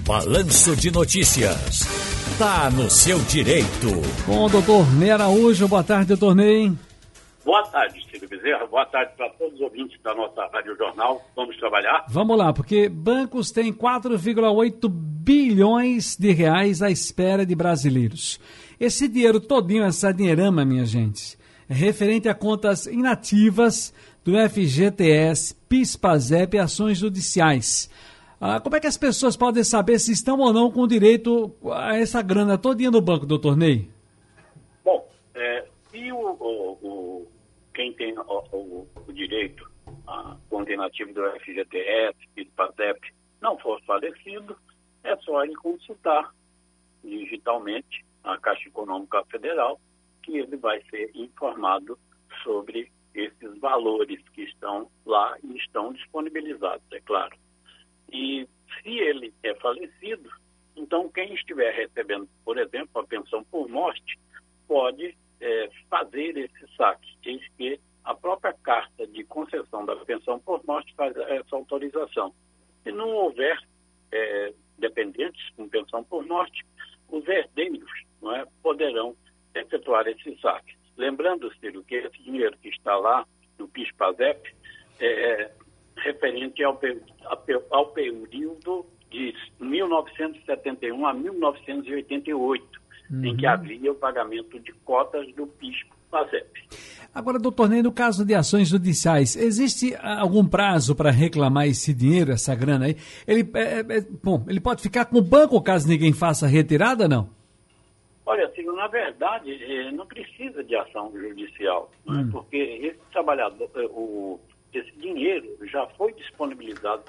Balanço de Notícias. Tá no seu direito. Com o doutor Ney Araújo. Boa tarde, doutor Ney. Boa tarde, Ciro Bezerra. Boa tarde para todos os ouvintes da nossa Rádio Jornal. Vamos trabalhar? Vamos lá, porque bancos têm 4,8 bilhões de reais à espera de brasileiros. Esse dinheiro todinho, essa dinheirama, minha gente, é referente a contas inativas do FGTS, PIS/PASEP e ações judiciais. Como é que as pessoas podem saber se estão ou não com direito a essa grana todinha no banco, doutor Ney? Bom, se quem tem o direito à conta inativa do FGTS, PIS/PASEP, não for falecido, é só ele consultar digitalmente a Caixa Econômica Federal, que ele vai ser informado sobre esses valores que estão lá e estão disponibilizados, é claro. E se ele é falecido, então quem estiver recebendo, por exemplo, a pensão por morte, pode fazer esse saque, eis que a própria carta de concessão da pensão por morte faz essa autorização. Se não houver dependentes com pensão por morte, os herdeiros poderão efetuar esse saque. Lembrando, Ciro, que esse dinheiro que está lá no PIS/PASEP referente ao período de 1971 a 1988, em que havia o pagamento de cotas do PIS/PASEP. Agora, doutor Ney, no caso de ações judiciais, existe algum prazo para reclamar esse dinheiro, essa grana aí? Ele pode ficar com o banco caso ninguém faça a retirada, não? Olha, Ciro, na verdade, não precisa de ação judicial, porque esse trabalhador, esse dinheiro já foi disponibilizado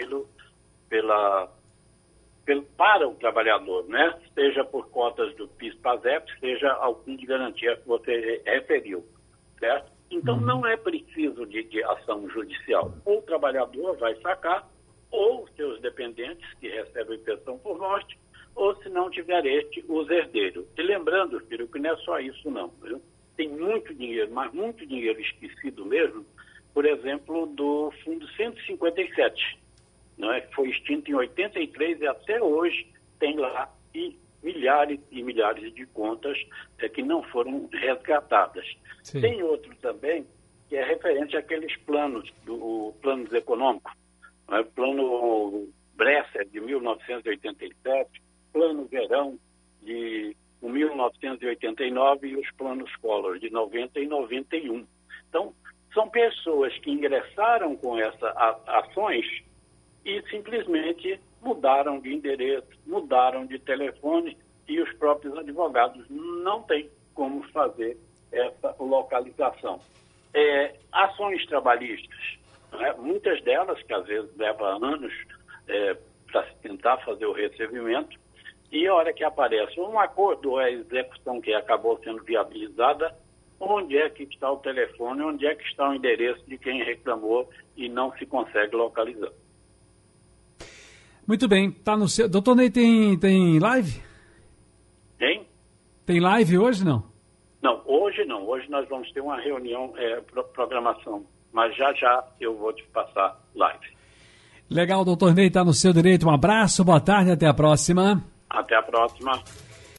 para o trabalhador, né? Seja por cotas do PIS/PASEP, seja algum de garantia que você referiu, certo? Então não é preciso de ação judicial. Ou o trabalhador vai sacar, ou seus dependentes que recebem pensão por morte, ou se não tiver os herdeiros. E lembrando, filho, que não é só isso não, viu? Tem muito dinheiro, mas muito dinheiro esquecido mesmo, por exemplo, do Fundo 157, que foi extinto em 83 e até hoje tem lá milhares e milhares de contas que não foram resgatadas. Sim. Tem outro também que é referente àqueles planos econômicos, plano Bresser de 1987, plano Verão de 1989 e os planos Collor de 90 e 91. Então, são pessoas que ingressaram com essas ações e simplesmente mudaram de endereço, mudaram de telefone e os próprios advogados não têm como fazer essa localização. Ações trabalhistas, muitas delas, que às vezes levam anos para tentar fazer o recebimento, e a hora que aparece um acordo ou a execução que acabou sendo viabilizada, onde é que está o telefone, onde é que está o endereço de quem reclamou e não se consegue localizar. Muito bem, tá no seu... Doutor Ney, tem live? Tem? Tem live hoje, não? Não, hoje não. Hoje nós vamos ter uma reunião, programação, mas já eu vou te passar live. Legal, doutor Ney, tá no seu direito. Um abraço, boa tarde, até a próxima. Até a próxima.